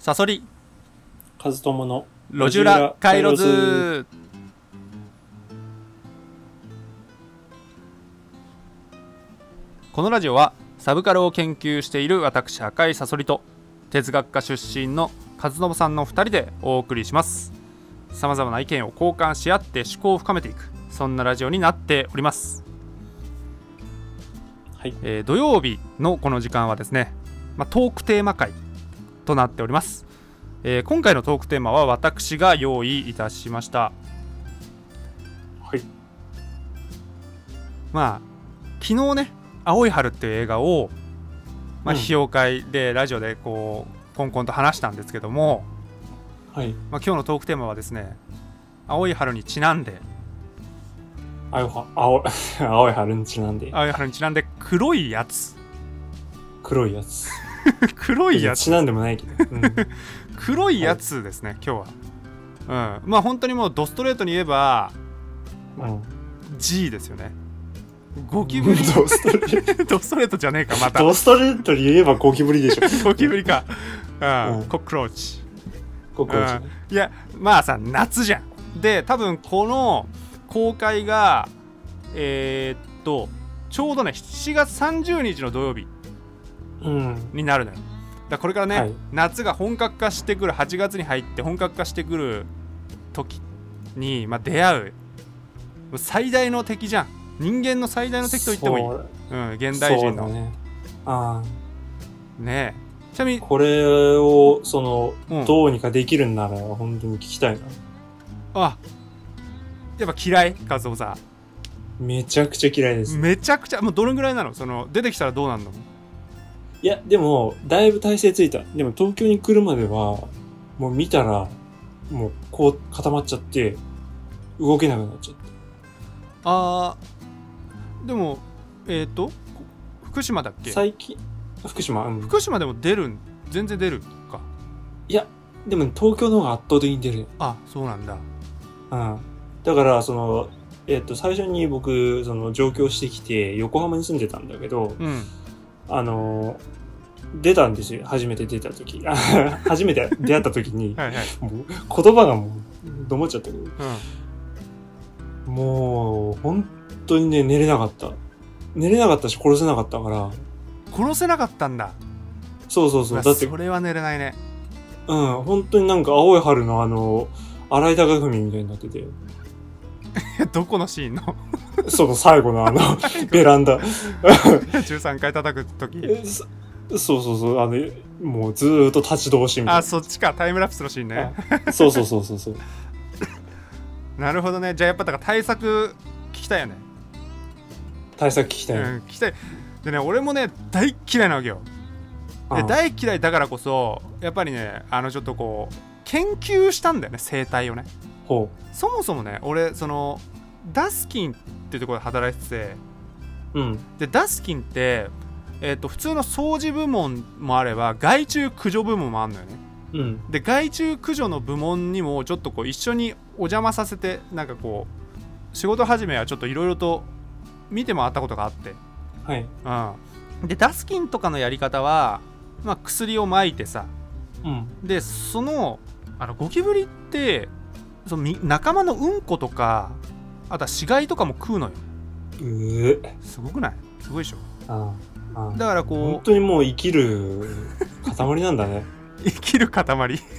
サソリカズトモの路地裏回路図。このラジオはサブカルを研究している私赤井サソリと哲学科出身のカズトモさんの2人でお送りします。さまざまな意見を交換し合って思考を深めていく、そんなラジオになっております。 はい。 土曜日のこの時間はですね、トークテーマ会となっております。今回のトークテーマは私が用意いたしました。 はい。 昨日ね、青い春っていう映画を、批評会でラジオでこうコンコンと話したんですけども、 はい。 今日のトークテーマはですね、青い春にちなんで、 青い春にちなんで、 青い春にちなんで黒いやつ黒いやつ。 黒いやつちなんでもないけど、 黒いやつですね、今日は。本当にもうドストレートに言えば、G ですよね。ゴキブリドストレートドストレートじゃねえか、またドストレートに言えばゴキブリでしょ。 ゴキブリか、コックローチ。いや夏じゃん。で多分この公開がちょうどね7月30日の土曜日になるのよ。だからこれからね、夏が本格化してくる、8月に入って本格化してくる時に、出会う最大の敵じゃん。人間の最大の敵と言ってもいい。現代人の。ねえ。ちなみにこれをどうにかできるんなら本当に聞きたいな。 やっぱ嫌い？カズオさん。めちゃくちゃ嫌いです。 めちゃくちゃ。もうどれぐらいなの？出てきたらどうなんの？ いやでもだいぶ体勢ついた。でも東京に来るまではもう見たらもうこう固まっちゃって動けなくなっちゃった。 でも福島だっけ？ 最近福島でも全然出るか。 いやでも、東京の方が圧倒的に出る。 そうなんだ。 だから最初に僕上京してきて横浜に住んでたんだけど、出たんですよ。初めて出た時初めて出会った時にもう言葉がもうどもっちゃったけど、もう本当にね寝れなかったし殺せなかったから。 殺せなかったんだ。 そうだってそれは寝れないね。 本当になんか青い春の新井貴文みたいになっててどこのシーンのその最後のベランダ 13回叩く時。 そうもうずーっと立ち通しみたいな。 そっちか、タイムラプスのシーンね。 そうなるほどね。じゃあやっぱだから対策聞きたいよね。 対策聞きたい、 聞きたい。でね、俺もね大嫌いなわけよ。で大嫌いだからこそやっぱりねちょっとこう研究したんだよね、生態をね。そもそもね俺ダスキンっていうところで働いてて、でダスキンって普通の掃除部門もあれば害虫駆除部門もあるのよね。で害虫駆除の部門にもちょっとこう一緒にお邪魔させて、なんかこう仕事始めはちょっといろいろと見て回ったことがあって、でダスキンとかのやり方は、薬をまいてさ、でゴキブリって仲間のうんことか、あとは死骸とかも食うのよ。すごくない？すごいでしょ。だからこう本当にもう生きる塊なんだね。 生きる塊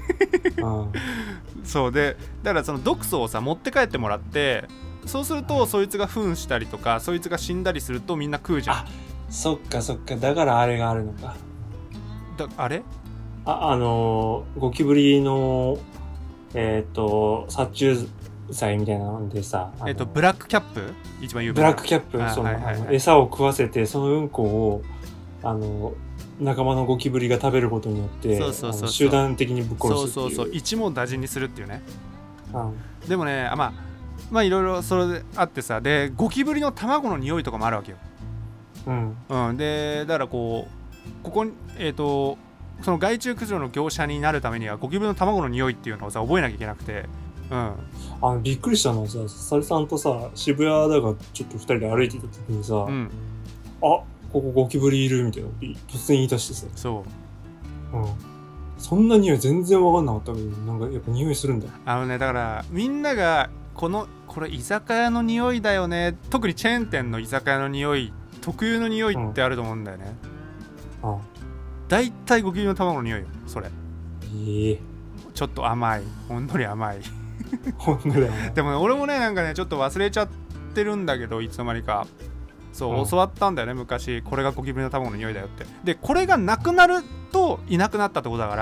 そうで、だから毒素をさ持って帰ってもらって、そうするとそいつが糞したりとかそいつが死んだりするとみんな食うじゃん。 そっかだからあれがあるのか。 あれゴキブリの殺虫剤みたいなのでさ、 ブラックキャップ、一番有名なブラックキャップ、餌を食わせてそのうんこを仲間のゴキブリが食べることによって集団的にぶっ殺すっていう。 一網打尽にするっていうね。でもねいろいろそれであってさ、でゴキブリの卵の匂いとかもあるわけよ。でだからここにその害虫駆除の業者になるためにはゴキブリの卵の匂いっていうのをさ覚えなきゃいけなくて、 びっくりしたのはさ、サリさんとさ渋谷だがちょっと2人で歩いてた時にさ、ここゴキブリいるみたいな突然言い出してさ、 そんな匂い全然分かんなかったけど、なんかやっぱ匂いするんだよ。 だからみんながこれ居酒屋の匂いだよね、特にチェーン店の居酒屋の匂い特有の匂いってあると思うんだよね。だいたいゴキブリの卵の匂いよそれ。ちょっと甘い、ほんのり甘いほんのり甘い。 でもね、俺もねなんかねちょっと忘れちゃってるんだけど、いつの間にかそう、教わったんだよね昔、これがゴキブリの卵の匂いだよって。でこれがなくなるといなくなったってことだから、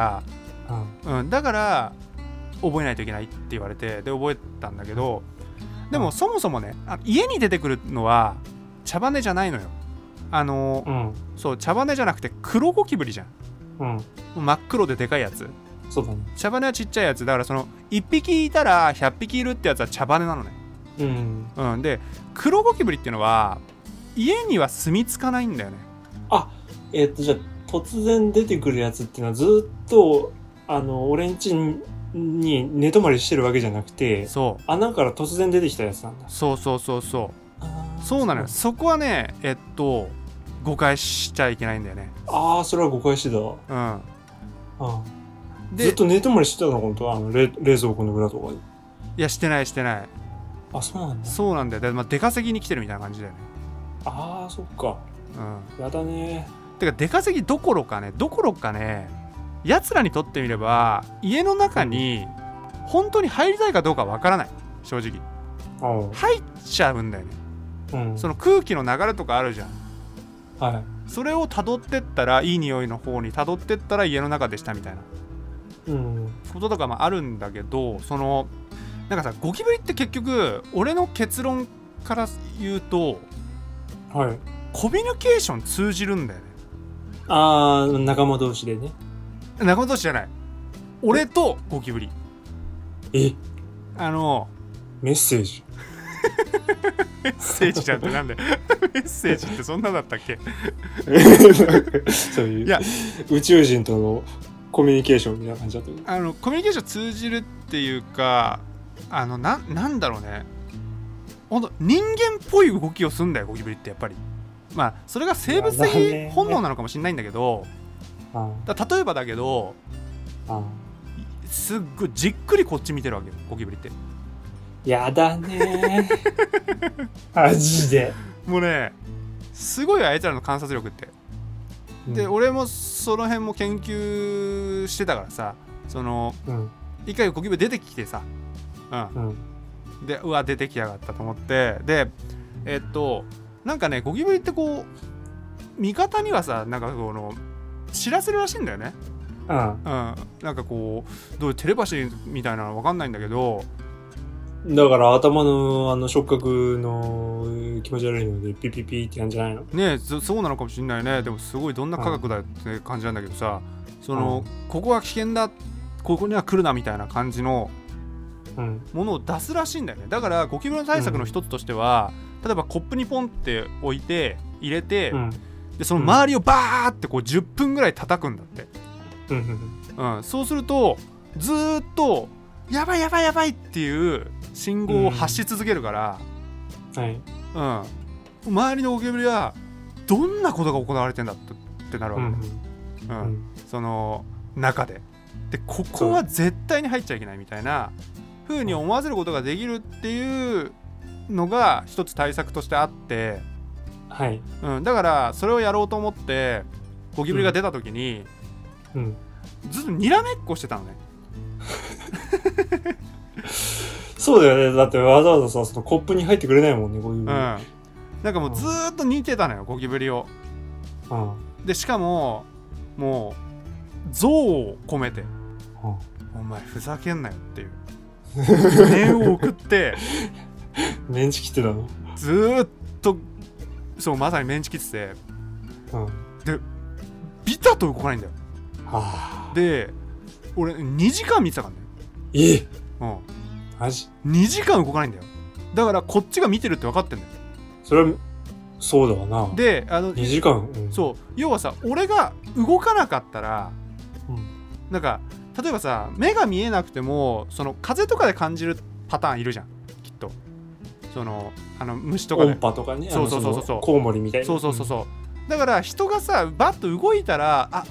だから覚えないといけないって言われて、で覚えたんだけど、でもそもそもね、家に出てくるのは茶羽じゃないのよ。そう、茶羽じゃなくて黒ゴキブリじゃん。真っ黒ででかいやつ。 そうだね。 茶羽はちっちゃいやつだから、その1匹いたら100匹いるってやつは茶羽なのね。で黒ゴキブリっていうのは家には住み着かないんだよね。 じゃあ突然出てくるやつっていうのはずっと俺ん家に寝泊まりしてるわけじゃなくて、 そう穴から突然出てきたやつなんだ。 そうなのよ。そこはね誤解しちゃいけないんだよね。 それは誤解してたわ。 でずっと寝泊まりしてたの本当？冷蔵庫の裏とかで。 いやしてない。 そうなんだ。 そうなんだよ。で、出稼ぎに来てるみたいな感じだよね。 そっか。やだね。 てか出稼ぎどころかね、奴らにとってみれば家の中に本当に入りたいかどうかわからない、正直。入っちゃうんだよね。その空気の流れとかあるじゃん。それを辿ってったら、いい匂いの方に辿ってったら家の中でしたみたいなこととかもあるんだけど、なんかさ、ゴキブリって結局俺の結論から言うと、コミュニケーション通じるんだよね。 仲間同士でね。 仲間同士じゃない、俺とゴキブリ。 メッセージメッセージじゃんってなんでメッセージってそんなだったっけそういう、いや宇宙人とのコミュニケーションみたいな感じだった。 コミュニケーション通じるっていうか、なんだろうね、ほんと人間っぽい動きをするんだよゴキブリってやっぱり。それが生物的本能なのかもしれないんだけど、例えばだけど、すっごいじっくりこっち見てるわけよゴキブリって。 やだねマジでもうね、すごいあいつらの観察力って。で俺もその辺も研究してたからさ、一回ゴキブリ出てきてさ、でうわ出てきやがったと思って、でなんかねゴキブリってこう味方にはさ、なんか知らせるらしいんだよね。なんかこうどういうテレパシーみたいなの分かんないんだけど、 だから頭の触覚の気持ち悪いのでピピピってやんじゃないのね。そうなのかもしれないね。でもすごいどんな科学だよって感じなんだけどさ、ここは危険だ、ここには来るなみたいな感じのものを出すらしいんだよね。だからゴキブリの対策の一つとしては、例えばコップにポンって置いて入れて、でその周りをバーってこう10分ぐらい叩くんだって。そうするとずーっとやばいやばいやばいっていう信号を発し続けるから、周りのゴキブリはどんなことが行われてんだってなるわけ、その中で。でここは絶対に入っちゃいけないみたいな風に思わせることができるっていうのが一つ対策としてあって、だからそれをやろうと思ってゴキブリが出た時に、ずっとにらめっこしてたのねそうだよね。だってわざわざさ、そのコップに入ってくれないもんね、ゴキブリ。 なんかもうずーっと似てたのよゴキブリを。でしかももう憎悪を込めて、お前ふざけんなよっていう念を送ってメンチ切ってたの。 ずーっとそう、まさにメンチ切ってて、でビタッと動かないんだよ。で俺2時間見てたからね。マジ2時間動かないんだよ。だからこっちが見てるって分かってんだよ。 それはそうだわな。 で 2時間、 そう要はさ、俺が動かなかったら、なんか例えばさ、目が見えなくてもその風とかで感じるパターンいるじゃんきっと。その虫とかで音波とかね。 そうコウモリみたいな。 そうだから人がさバッと動いたら、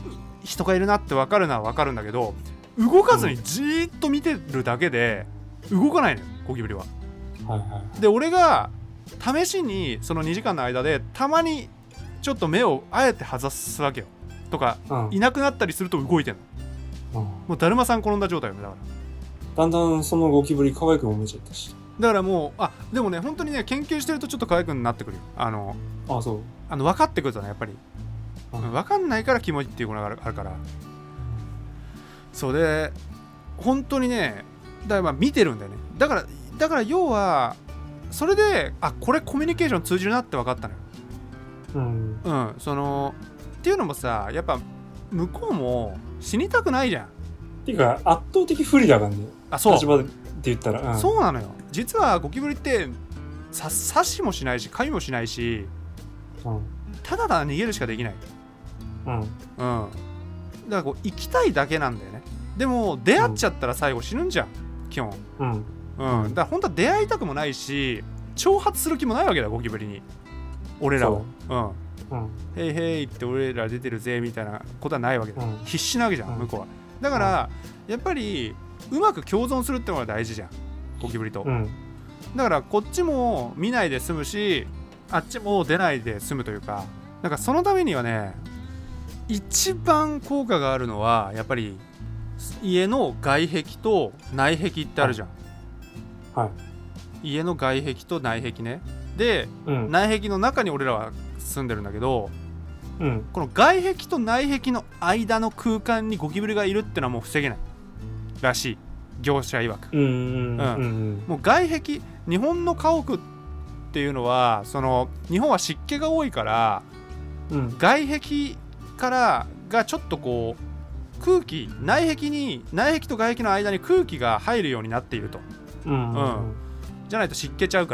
人がいるなって分かるのは分かるんだけど、動かずにじーっと見てるだけで動かないのよゴキブリは。 はいはい。 で俺が試しにその2時間の間でたまにちょっと目をあえて外すわけよとか、いなくなったりすると動いてんの、もうだるまさん転んだ状態よね。だからだんだんそのゴキブリ可愛くも見えちゃったし。 だからもうでもね本当にね研究してるとちょっと可愛くなってくるよ。 そう分かってくるとねやっぱり、分かんないからキモいっていうのがあるから。そうで本当にねだからまあ見てるんだよね。だから要はそれでこれコミュニケーション通じるなって分かったのよ。そのっていうのもさやっぱ向こうも死にたくないじゃん。 っていうか圧倒的不利だからね。 そう立場で言ったら、 そうなのよ。実はゴキブリって刺しもしないし噛みもしないし、ただ逃げるしかできない。だからこう生きたいだけなんだよね。でも出会っちゃったら最後死ぬんじゃん基本。だから本当は出会いたくもないし挑発する気もないわけだゴキブリに俺らは。へいへいって俺ら出てるぜみたいなことはないわけだ、必死なわけじゃん向こうは。だから、やっぱりうまく共存するってのが大事じゃんゴキブリと、だからこっちも見ないで済むしあっちも出ないで済むというか、なんかそのためにはね一番効果があるのはやっぱり家の外壁と内壁ってあるじゃん。家の外壁と内壁ね。で、内壁の中に俺らは住んでるんだけど、この外壁と内壁の間の空間にゴキブリがいるってのはもう防げないらしい業者曰く。もう外壁、日本の家屋っていうのはその日本は湿気が多いから、外壁からがちょっとこう空気内壁と外壁の間に空気が入るようになっていると、じゃないと湿気ちゃうから、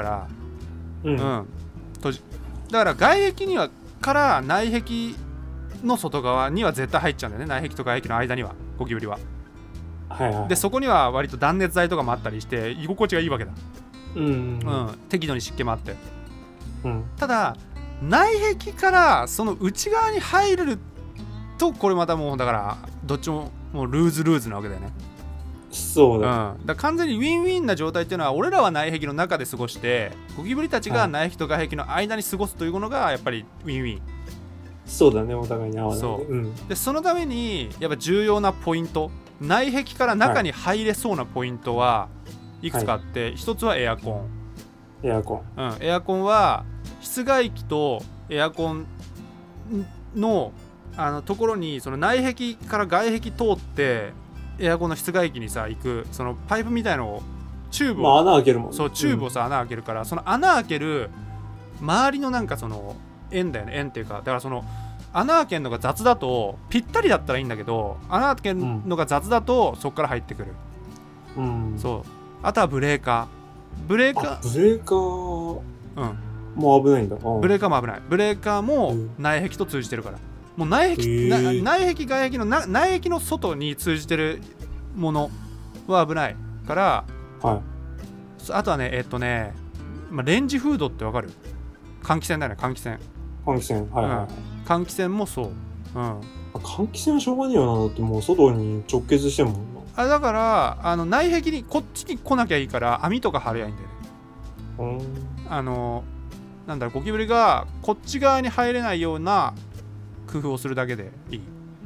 だから外壁にはから内壁の外側には絶対入っちゃうんだよね。内壁と外壁の間にはゴキブリは、でそこには割と断熱材とかもあったりして居心地がいいわけだ。適度に湿気もあって、ただ内壁からその内側に入れるとこれまたもうだからどっちももうルーズなわけだよね。 そうだ、 だから完全にウィンウィンな状態っていうのは俺らは内壁の中で過ごしてゴキブリたちが内壁と外壁の間に過ごすというのがやっぱりウィンウィン。 そうだね、お互いに合わないで。 でそのためにやっぱ重要なポイント、内壁から中に入れそうなポイントはいくつかあって、一つはエアコン。エアコンは室外機とエアコンのところにその内壁から外壁通ってエアコンの室外機にさ行くそのパイプみたいのをチューブを、 穴開けるもんね。 そうチューブをさ、穴開けるから、その穴開ける周りのなんかその円だよね。円っていうかだからその穴開けるのが雑だとぴったりだったらいいんだけど、穴開けるのが雑だとそこから入ってくる。そうあとはブレーカーもう危ないんだ。 ブレーカーも危ない。ブレーカーも内壁と通じてるから、もう内壁外壁の内壁の外に通じてるものは危ないから、あとはねレンジフードってわかる？換気扇だよね。換気扇換気扇もそう。 換気扇はしょうがねえよな。だってもう外に直結してんもんな。 だから内壁にこっちに来なきゃいいから網とか張ればいいんだよね。なんだろう、ゴキブリがこっち側に入れないような工夫をするだけでいい。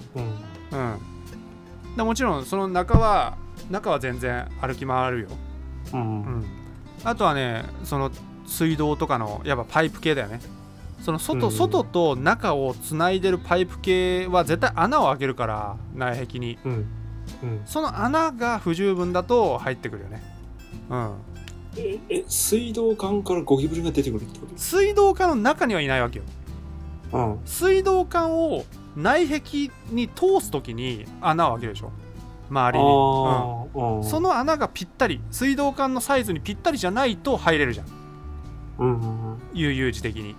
もちろんその中は全然歩き回るよ。あとはねその水道とかのやっぱパイプ系だよね。その外と中をつないでるパイプ系は絶対穴を開けるから内壁に、その穴が不十分だと入ってくるよね。 水道管からゴキブリが出てくるってこと？ 水道管の中にはいないわけよ。水道管を内壁に通すときに穴を開けるでしょ周りに。その穴がぴったり水道管のサイズにぴったりじゃないと入れるじゃん、悠々自適に。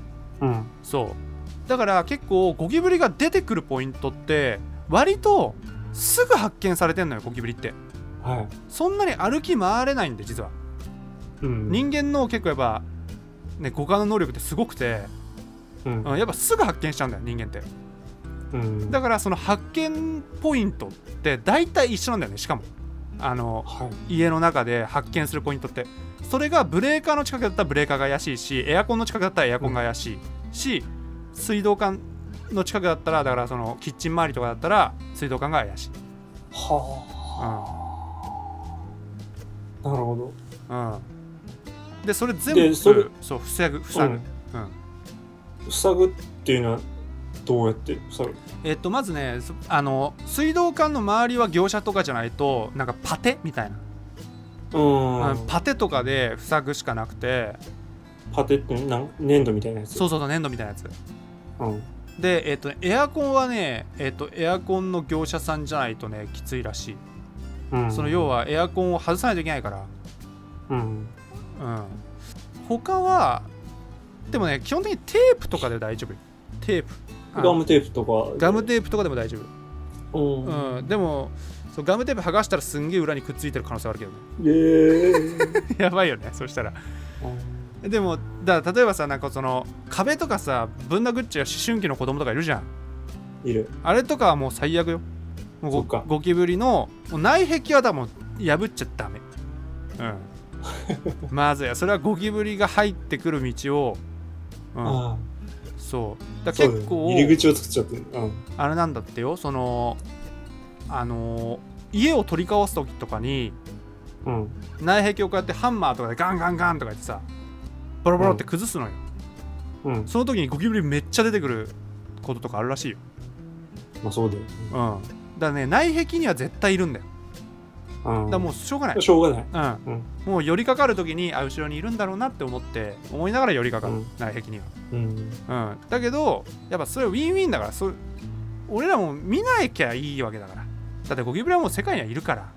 そうだから結構ゴキブリが出てくるポイントって割とすぐ発見されてんのよゴキブリって。そんなに歩き回れないんで実は。人間の結構やっぱね五感の能力ってすごくて、やっぱすぐ発見しちゃうんだよ人間って。 うん、 だからその発見ポイントって大体一緒なんだよね。しかもはい、家の中で発見するポイントってそれがブレーカーの近くだったらブレーカーが怪しいし、エアコンの近くだったらエアコンが怪しいし、水道管の近くだったら、だからそのキッチン周りとかだったら水道管が怪しい。 はあ、なるほど。でそれ全部そう塞ぐ、うん、 塞ぐっていうのはどうやって塞ぐ？ まずね、水道管の周りは業者とかじゃないとなんかパテみたいな、パテとかで塞ぐしかなくて。 パテって粘土みたいなやつ？ そう粘土みたいなやつ、 うん、 で、エアコンはね、エアコンの業者さんじゃないとねきついらしい、うん、その要はエアコンを外さないといけないから、うんうん、他はでもね基本的にテープとかで大丈夫。テープ、 ガムテープとかガムテープとかでも大丈夫、うん、でもそうガムテープ剥がしたらすんげえ裏にくっついてる可能性あるけどねやばいよねそしたら。でも例えばさ、なんかその壁とかさぶん殴っちゃう思春期の子供とかいるじゃん。 いる。 あれとかはもう最悪よ。もうゴキブリの内壁はもう破っちゃダメ。うんまずやそれはゴキブリが入ってくる道を、うん、そうだ結構入り口を作っちゃってる、うん、 あれなんだってよ。その家を取り交わす時とかに、うん、内壁をこうやってハンマーとかでガンガンガンとか言ってさボロボロって崩すのよ、うん、その時にゴキブリめっちゃ出てくることとかあるらしいよ。 まあそうだよ、 うん、だからね内壁には絶対いるんだよ、うん、だからもうしょうがない、うん、もう寄りかかる時に後ろにいるんだろうなって思いながら寄りかかる、うん、内壁には、うんうん、だけどやっぱそれウィンウィンだから、俺らも見なきゃいいわけだから。だってゴキブリはもう世界にはいるから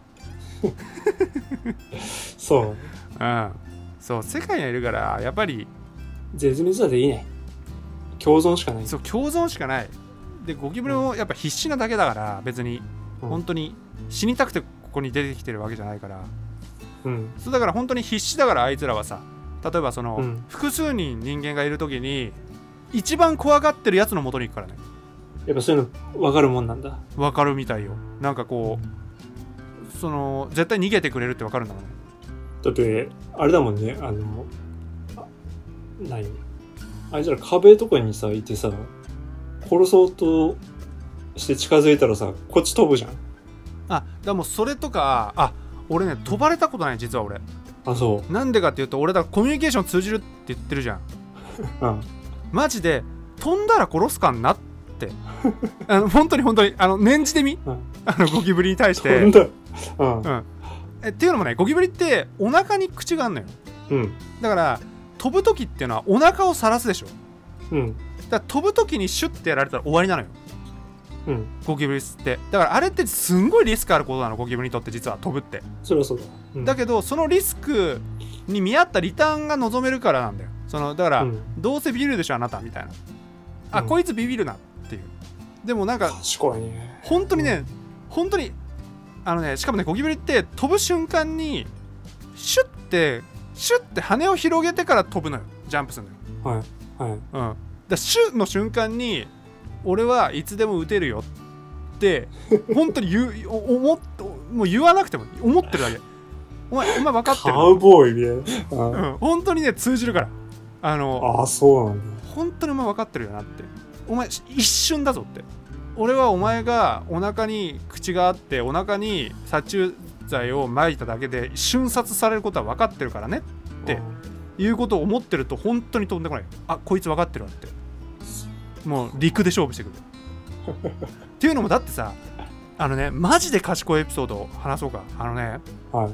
そう、 うん、そう世界にはいるからやっぱり絶滅はできない。共存しかない。 そう共存しかない。でゴキブリもやっぱ必死なだけだから別に、うん、本当に死にたくてここに出てきてるわけじゃないから、うん、そうだから本当に必死だから。あいつらはさ例えばその、うん、複数人間がいる時に一番怖がってるやつの元に行くからね。 やっぱそういうの分かるもんなんだ。分かるみたいよ。なんかこうその絶対逃げてくれるって分かるんだもんね。 だってあれだもんね、あいつら壁とかにさいてさ殺そうとして近づいたらさこっち飛ぶじゃん。 でもそれとか俺ね飛ばれたことない実は俺。 そうなんでかっていうと俺だからコミュニケーション通じるって言ってるじゃん、うん、マジで飛んだら殺すかんなって本当に念じてみ、うん、ゴキブリに対して飛んだ、うんうん、っていうのもねゴキブリってお腹に口があるのよ、うん、だから飛ぶ時っていうのはお腹を晒すでしょ、うん、だから飛ぶ時にシュッてやられたら終わりなのよ、うん、ゴキブリってだからあれってすんごいリスクあることなのゴキブリにとって実は飛ぶってそれはそうだ、 うん、だけどそのリスクに見合ったリターンが望めるからなんだよ。だから、うん、どうせビビるでしょあなたみたいな、うん、こいつビビるなっていう。でもなんか賢いね本当にね、本当にしかもねゴキブリって飛ぶ瞬間にシュッて羽を広げてから飛ぶのよ。ジャンプするのよ。はいはい。うん。だシュッの瞬間に俺はいつでも撃てるよって本当にもう言わなくても思ってるだけ。お前分かってる。 カウボーイみたいな。 うん。本当にね通じるから。 そうなんだ。 本当にお前分かってるよなって。お前一瞬だぞって。俺はお前がお腹に口があってお腹に殺虫剤を撒いただけで瞬殺されることは分かってるからねっていうことを思ってると本当に飛んでこない。こいつ分かってるわってもう陸で勝負してくるっていうのもだってさマジで賢いエピソードを話そうか。はい、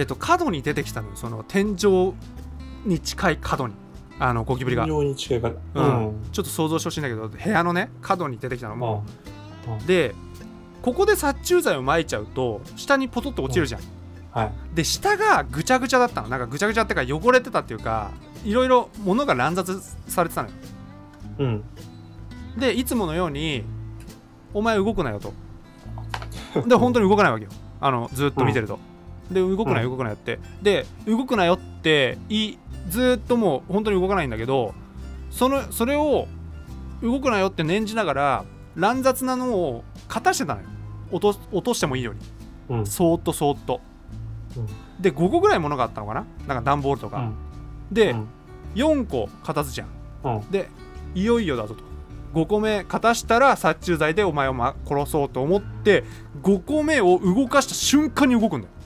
角に出てきたのよ。その天井に近い角にゴキブリが天井に近い角、 うん、ちょっと想像してほしいんだけど部屋のね角に出てきたのもでここで殺虫剤を撒いちゃうと下にポトッと落ちるじゃん、はい、で下がぐちゃぐちゃだったの。なんかぐちゃぐちゃってか汚れてたっていうかいろいろ物が乱雑されてたのよ、うん、でいつものようにお前動くなよとで本当に動かないわけよずっと見てると、で動くなよ動くなよってで動くなよってずっともう本当に動かないんだけどそれを動くなよって念じながら乱雑なのを勝たしてたのよ。落としてもいいように、そーっとそーっと、で5個ぐらいものがあったのかな、なんか段ボールとか、で、4個勝たずじゃん、でいよいよだぞと、5個目勝たしたら殺虫剤でお前を殺そうと思って5個目を動かした瞬間に動くんだよ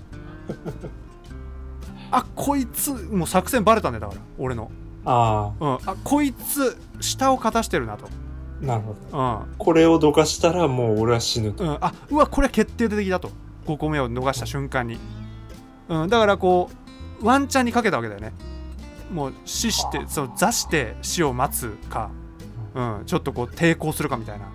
あ、こいつもう作戦バレたんだよ、だから俺の。あ、こいつ下を勝たしてるなと。 なるほど、これをどかしたらもう俺は死ぬと、 うわこれは決定的だと、5個目を逃した瞬間に、だからこうワンチャンにかけたわけだよね。もう死してそう座して死を待つか、ちょっとこう抵抗するかみたいな。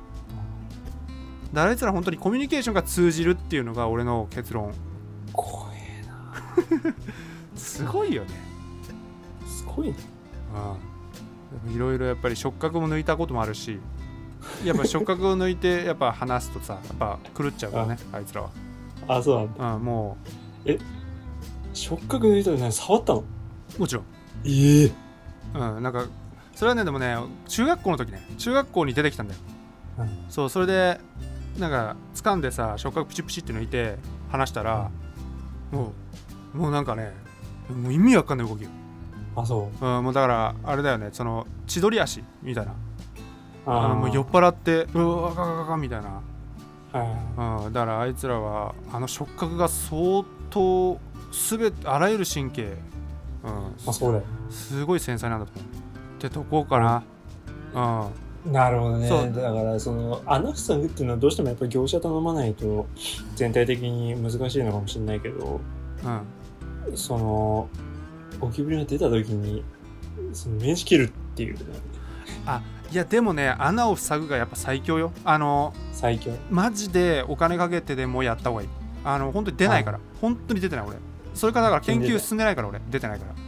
あいつら本当にコミュニケーションが通じるっていうのが俺の結論。 怖えなすごいよね。 すごいね。 いろいろやっぱり触覚も抜いたこともあるし、やっぱ触覚を抜いてやっぱ話すとさ、やっぱ狂っちゃうからね、あいつらは。 あ、そうなんだ。 もう触覚抜いたら触ったの？ もちろん。なんかそれはね、でもね、中学校の時ね、中学校に出てきたんだよ、そう、それでなんか掴んでさ、触覚プチプチって抜いて話したら、もうなんかね、もう意味わかんない動きよ。 あ、そう。 もうだからあれだよね、その千鳥足みたいな、もう酔っ払ってうわガガガガみたいな、だからあいつらは触覚が相当全てあらゆる神経、 そうだよ、 すごい繊細なんだと思うってとこかな。 なるほどね。だからその穴塞ぐっていうのはどうしてもやっぱり業者頼まないと全体的に難しいのかもしれないけど、そのゴキブリが出た時にその名刺切るっていう、 いやでもね、穴を塞ぐがやっぱ最強よ。 最強。マジでお金かけてでもやった方がいい。本当に出ないから、本当に出てない俺。それからだから研究進んでないから俺出てないから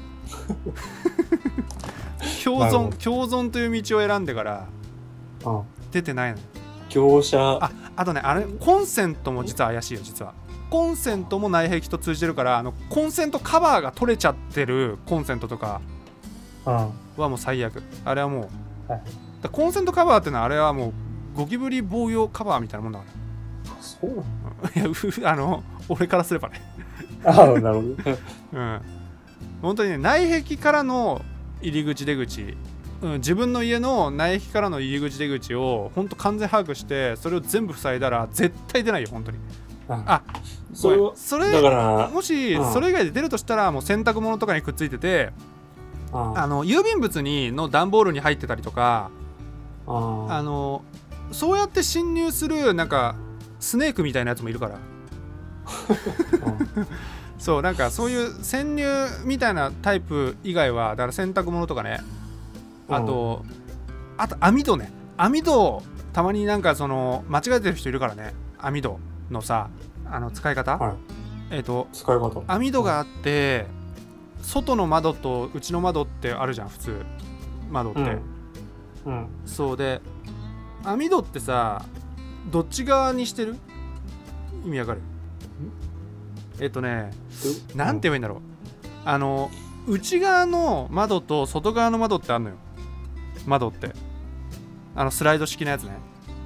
共存という道を選んでから出てないの。 業者。 あとね、コンセントも実は怪しいよ。実はコンセントも内壁と通じてるから、コンセントカバーが取れちゃってるコンセントとかはもう最悪。あれはもう、コンセントカバーってのはあれはもうゴキブリ防御カバーみたいなもんだから。 そうなの？ いや俺からすればねなるほど本当にね、内壁からの入り口出口、自分の家の内壁からの入り口出口を本当完全把握して、それを全部塞いだら絶対出ないよ本当に。それだからもしそれ以外で出るとしたら、もう洗濯物とかにくっついてて、郵便物の段ボールに入ってたりとか、そうやって侵入するなんかスネークみたいなやつもいるからそう、なんかそういう潜入みたいなタイプ以外は、だから洗濯物とかね、あと網戸ね、網戸たまになんかその間違えてる人いるからね。網戸のさ、使い方、 使い方、 網戸があって、外の窓と内の窓ってあるじゃん普通窓って、そうで、網戸ってさ、どっち側にしてる？意味わかる？なんて言えばいいんだろう。内側の窓と外側の窓ってあるのよ。窓ってスライド式のやつね。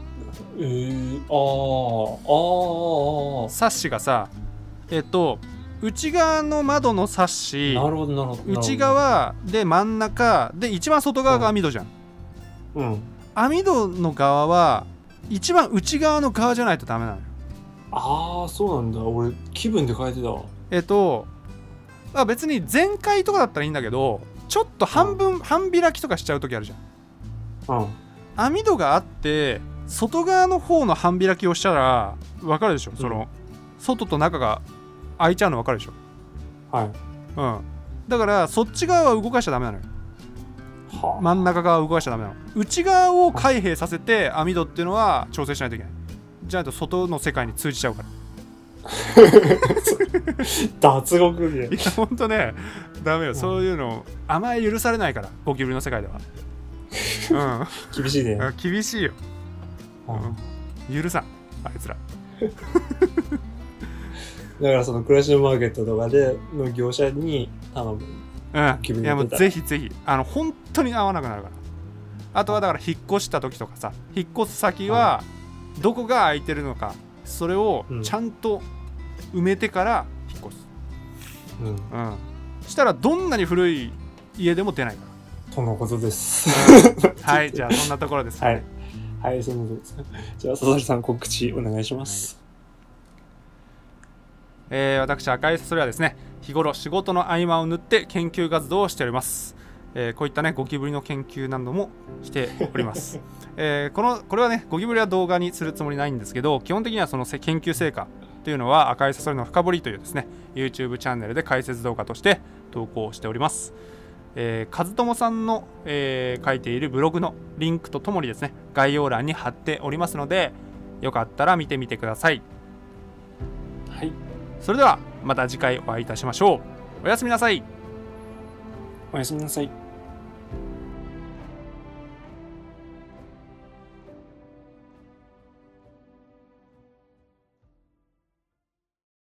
サッシがさ、内側の窓のサッシ、内側で真ん中で一番外側が網戸じゃん。網戸の側は一番内側の側じゃないとダメなのよ。 そうなんだ。俺気分で変えてたわ。 別に全開とかだったらいいんだけど、ちょっと半開きとかしちゃう時あるじゃん。網戸があって外側の方の半開きをしたら分かるでしょ、その外と中が開いちゃうの分かるでしょ。だからそっち側は動かしちゃダメなのよ。真ん中側は動かしちゃダメなの。内側を開閉させて網戸っていうのは調整しないといけない。じゃないと外の世界に通じちゃうから脱獄みたいな。 いやほんとね、ダメよ、そういうの甘え許されないから、ゴキブリの世界では。 厳しいね。 厳しいよ、許さんあいつらだからその暮らしのマーケットとかでの業者に頼む。 いやもうぜひぜひ本当に合わなくなるかあとはだから引っ越した時とかさ、引っ越す先はどこが空いてるのか、それをちゃんと埋めてから引っ越す。したらどんなに古い家でも出ないから。 とのことです。 はい、じゃあそんなところですね。 はい、そんなところですね。じゃあ佐々木さん、告知お願いします。 私赤いサソリはですね、日頃仕事の合間を縫って研究活動をしております。こういったねゴキブリの研究などもしております。これはねゴキブリは動画にするつもりないんですけど、基本的にはその研究成果というのは赤いサソリの深掘りというですね YouTube チャンネルで解説動画として投稿しております。和友さんの、書いているブログのリンクとともにですね概要欄に貼っておりますので、よかったら見てみてください。 はい、 それではまた次回お会いいたしましょう。おやすみなさい。 おやすみなさい。